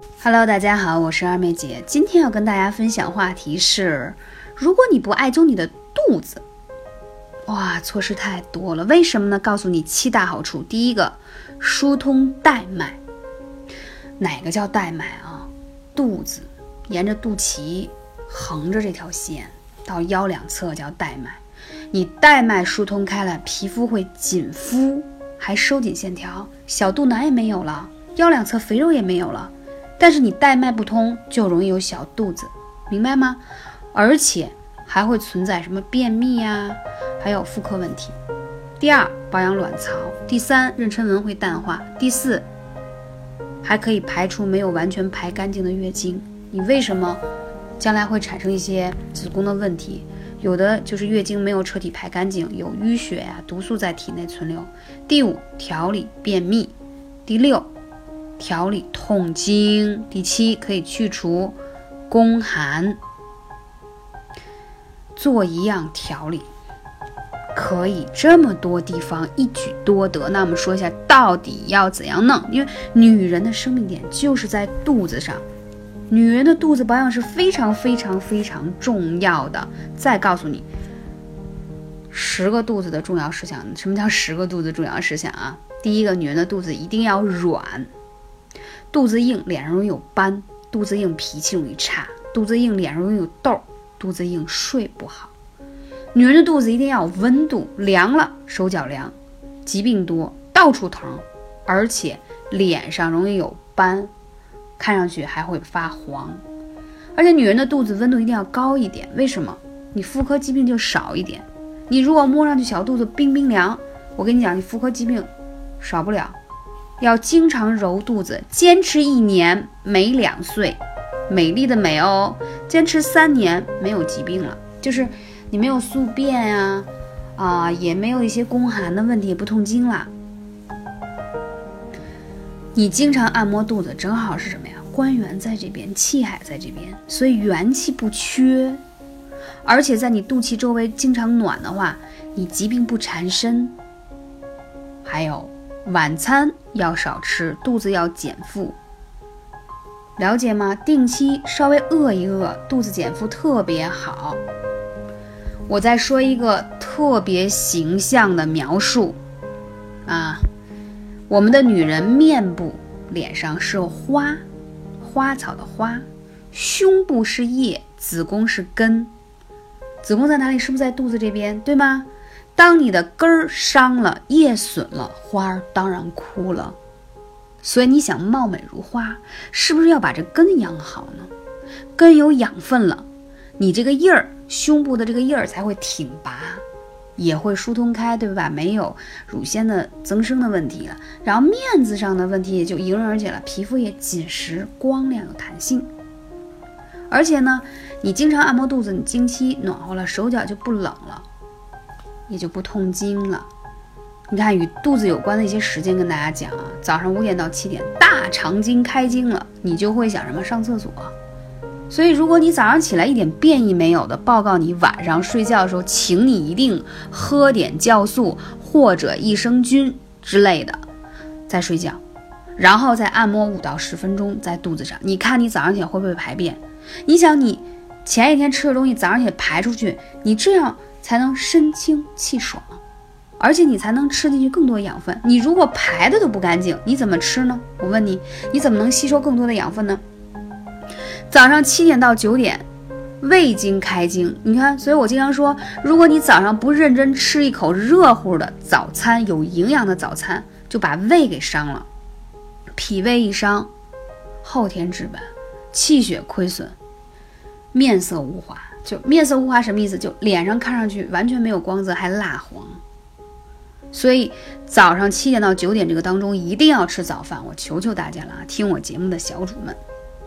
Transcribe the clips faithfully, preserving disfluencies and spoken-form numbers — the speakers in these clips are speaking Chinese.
Hello， 大家好，我是二妹姐。今天要跟大家分享话题是，如果你不爱灸你的肚子，哇，错失太多了。为什么呢？告诉你七大好处。第一个，疏通带脉。哪个叫带脉啊？肚子沿着肚脐横着这条线到腰两侧叫带脉。你带脉疏通开了，皮肤会紧肤，还收紧线条，小肚腩也没有了，腰两侧肥肉也没有了。但是你带脉不通，就容易有小肚子，明白吗？而且还会存在什么便秘啊，还有妇科问题。第二，保养卵巢。第三，妊娠纹会淡化。第四，还可以排除没有完全排干净的月经。你为什么将来会产生一些子宫的问题？有的就是月经没有彻底排干净，有淤血呀、啊、毒素在体内存留。第五，调理便秘。第六，调理痛经。第七，可以去除宫寒。做一样调理可以这么多地方一举多得。那我们说一下到底要怎样弄，因为女人的生命点就是在肚子上，女人的肚子保养是非常非常非常重要的。再告诉你十个肚子的重要事项。什么叫十个肚子重要事项啊？第一个，女人的肚子一定要软。肚子硬，脸上容易有斑；肚子硬，脾气容易差；肚子硬，脸上容易有痘；肚子硬，睡不好。女人的肚子一定要有温度，凉了手脚凉，疾病多，到处疼，而且脸上容易有斑，看上去还会发黄。而且女人的肚子温度一定要高一点，为什么？你妇科疾病就少一点。你如果摸上去小肚子冰冰凉，我跟你讲，你妇科疾病少不了。要经常揉肚子，坚持一年每两岁，美丽的美哦。坚持三年没有疾病了，就是你没有宿便呀、啊，啊，也没有一些宫寒的问题，也不痛经啦。你经常按摩肚子，正好是什么呀？关元在这边，气海在这边，所以元气不缺。而且在你肚脐周围经常暖的话，你疾病不缠身。还有晚餐要少吃，肚子要减负，了解吗？定期稍微饿一饿，肚子减负特别好。我再说一个特别形象的描述啊，我们的女人面部、脸上是花，花草的花，胸部是叶，子宫是根。子宫在哪里？是不是在肚子这边，对吗？当你的根儿伤了，叶损了，花儿当然枯了。所以你想貌美如花，是不是要把这根养好呢？根有养分了，你这个叶儿，胸部的这个叶儿才会挺拔，也会疏通开，对吧？没有乳腺的增生的问题了，然后面子上的问题也就迎刃而解了，皮肤也紧实光亮有弹性。而且呢，你经常按摩肚子，你经期暖和了，手脚就不冷了，也就不痛经了。你看与肚子有关的一些时间跟大家讲啊，早上五点到七点大肠经开经了，你就会想什么？上厕所。所以如果你早上起来一点便意没有的，报告你晚上睡觉的时候，请你一定喝点酵素或者益生菌之类的再睡觉，然后再按摩五到十分钟在肚子上，你看你早上起来会不会排便？你想你前一天吃的东西早上起来排出去，你这样才能身清气爽，而且你才能吃进去更多养分。你如果排的都不干净，你怎么吃呢？我问你，你怎么能吸收更多的养分呢？早上七点到九点胃经开经，你看，所以我经常说，如果你早上不认真吃一口热乎的早餐，有营养的早餐，就把胃给伤了。脾胃一伤，后天治本，气血亏损，面色无华。就面色无华什么意思？就脸上看上去完全没有光泽，还蜡黄。所以早上七点到九点这个当中一定要吃早饭，我求求大家了，听我节目的小主们。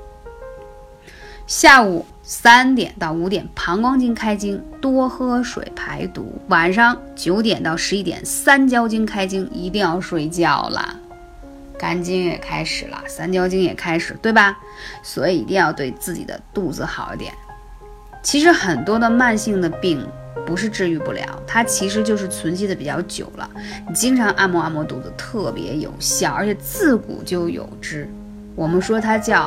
下午三点到五点膀胱经开经，多喝水排毒。晚上九点到十一点三焦经开经，一定要睡觉啦。肝经也开始了，三焦经也开始，对吧？所以一定要对自己的肚子好一点。其实很多的慢性的病不是治愈不了，它其实就是存积的比较久了。你经常按摩按摩肚子特别有效，而且自古就有之。我们说它叫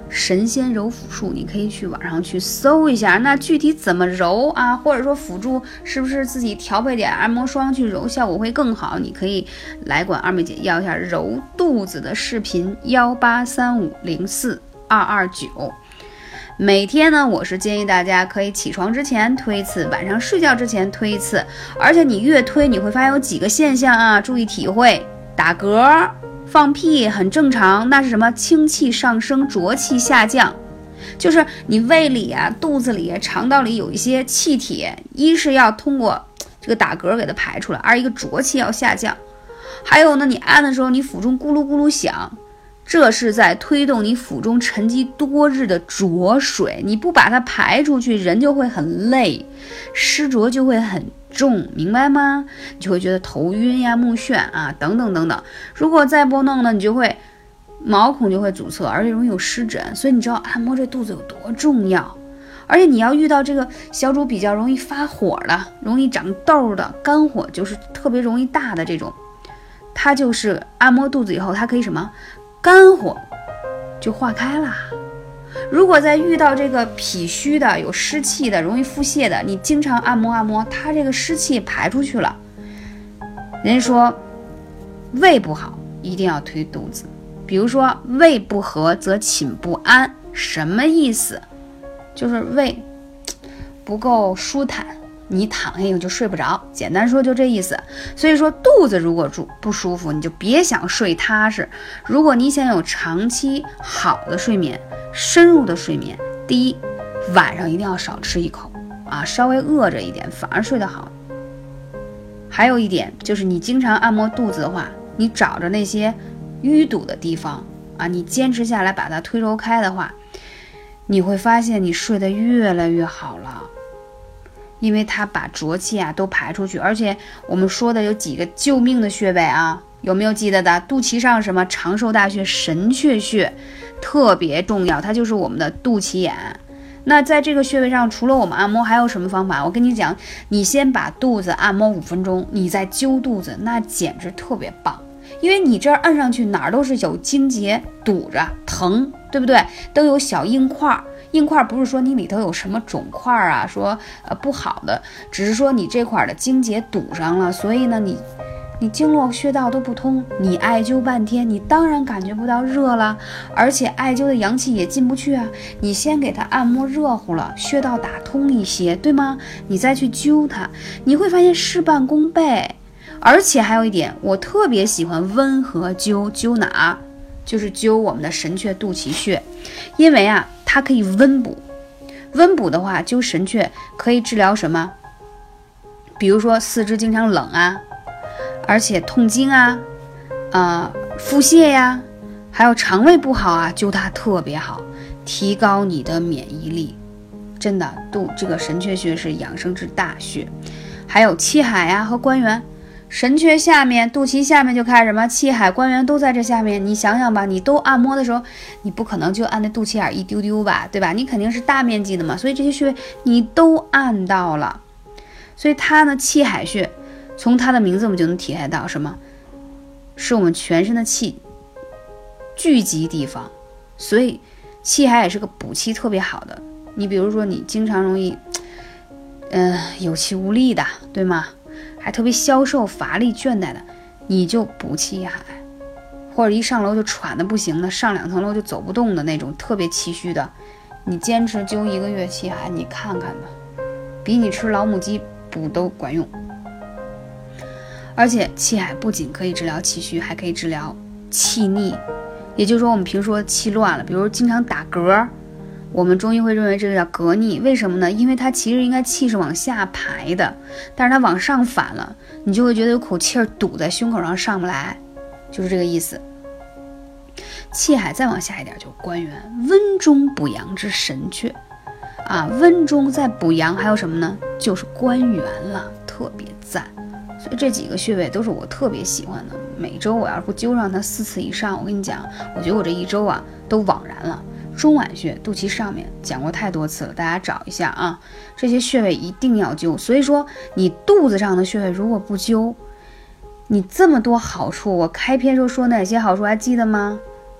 神仙揉腹术，你可以去网上去搜一下，那具体怎么揉啊，或者说辅助是不是自己调配点按摩霜去揉效果会更好，你可以来管二妹姐要一下揉肚子的视频，幺八三五零四二二九。每天呢，我是建议大家可以起床之前推一次，晚上睡觉之前推一次，而且你越推你会发现有几个现象啊，注意体会。打嗝放屁很正常，那是什么？清气上升，浊气下降，就是你胃里啊、肚子里、肠道里有一些气体，一是要通过这个打嗝给它排出来，二一个浊气要下降。还有呢，你按的时候你腹中咕噜咕噜响，这是在推动你腹中沉积多日的浊水，你不把它排出去，人就会很累，湿浊就会很重，明白吗？你就会觉得头晕呀、目眩啊等等等等。如果再不弄呢，你就会毛孔就会阻塞，而且容易有湿疹。所以你知道按摩这肚子有多重要。而且你要遇到这个小主比较容易发火的、容易长痘的、肝火就是特别容易大的这种，它就是按摩肚子以后，它可以什么？肝火就化开了。如果再遇到这个脾虚的、有湿气的、容易腹泻的，你经常按摩按摩，它这个湿气排出去了。人家说胃不好一定要推肚子，比如说胃不和则寝不安，什么意思？就是胃不够舒坦，你躺下以后就睡不着，简单说就这意思。所以说肚子如果住不舒服，你就别想睡踏实。如果你想有长期好的睡眠、深入的睡眠，第一，晚上一定要少吃一口啊，稍微饿着一点反而睡得好。还有一点就是你经常按摩肚子的话，你找着那些淤堵的地方啊，你坚持下来把它推揉开的话，你会发现你睡得越来越好了。因为它把浊气啊都排出去，而且我们说的有几个救命的穴位啊，有没有记得的？肚脐上什么长寿大穴、神阙穴特别重要，它就是我们的肚脐眼。那在这个穴位上，除了我们按摩，还有什么方法？我跟你讲，你先把肚子按摩五分钟，你再揪肚子，那简直特别棒。因为你这儿按上去哪儿都是有经节堵着，疼，对不对？都有小硬块。硬块不是说你里头有什么肿块啊，说呃不好的，只是说你这块的经节堵上了，所以呢你你经络穴道都不通，你艾灸半天，你当然感觉不到热了，而且艾灸的阳气也进不去啊。你先给它按摩热乎了，穴道打通一些，对吗？你再去灸它，你会发现事半功倍。而且还有一点，我特别喜欢温和灸，灸哪？就是灸我们的神阙肚脐穴，因为啊它可以温补。温补的话，灸神阙可以治疗什么？比如说四肢经常冷啊，而且痛经啊，呃腹泻呀，还有肠胃不好啊，灸它特别好，提高你的免疫力。真的，肚这个神阙穴是养生之大穴。还有气海呀和关元。神阙下面，肚脐下面就开始什么气海关元都在这下面。你想想吧，你都按摩的时候，你不可能就按那肚脐眼一丢丢吧，对吧？你肯定是大面积的嘛，所以这些穴位你都按到了。所以它呢，气海穴，从它的名字我们就能体会到什么？是我们全身的气聚集地方，所以气海也是个补气特别好的。你比如说，你经常容易，嗯、呃，有气无力的，对吗？还特别消瘦、乏力、倦怠的，你就补气海，或者一上楼就喘的不行的，上两层楼就走不动的那种特别气虚的，你坚持灸一个月气海，你看看吧，比你吃老母鸡补都管用。而且气海不仅可以治疗气虚，还可以治疗气逆，也就是说我们平时说气乱了，比如经常打嗝，我们中医会认为这个叫膈逆，为什么呢？因为它其实应该气是往下排的，但是它往上反了，你就会觉得有口气儿堵在胸口上上不来，就是这个意思。气海再往下一点就关元，温中补阳之神阙啊，温中再补阳还有什么呢？就是关元了，特别赞。所以这几个穴位都是我特别喜欢的，每周我要是不灸上它四次以上，我跟你讲，我觉得我这一周啊都枉然了。中脘穴肚脐上面讲过太多次了，大家找一下啊，这些穴位一定要灸。所以说你肚子上的穴位如果不灸，你这么多好处，我开篇时候说哪些好处还记得吗？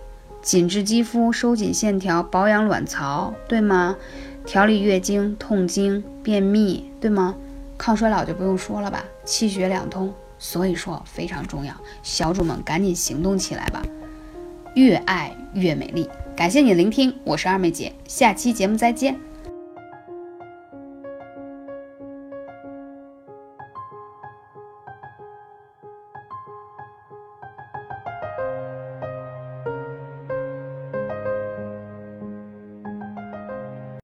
紧致肌肤，收紧线条，保养卵巢，对吗？调理月经、痛经、便秘，对吗？抗衰老就不用说了吧，气血两通，所以说非常重要。小主们赶紧行动起来吧，越爱越美丽。感谢你的聆听，我是二妹姐，下期节目再见。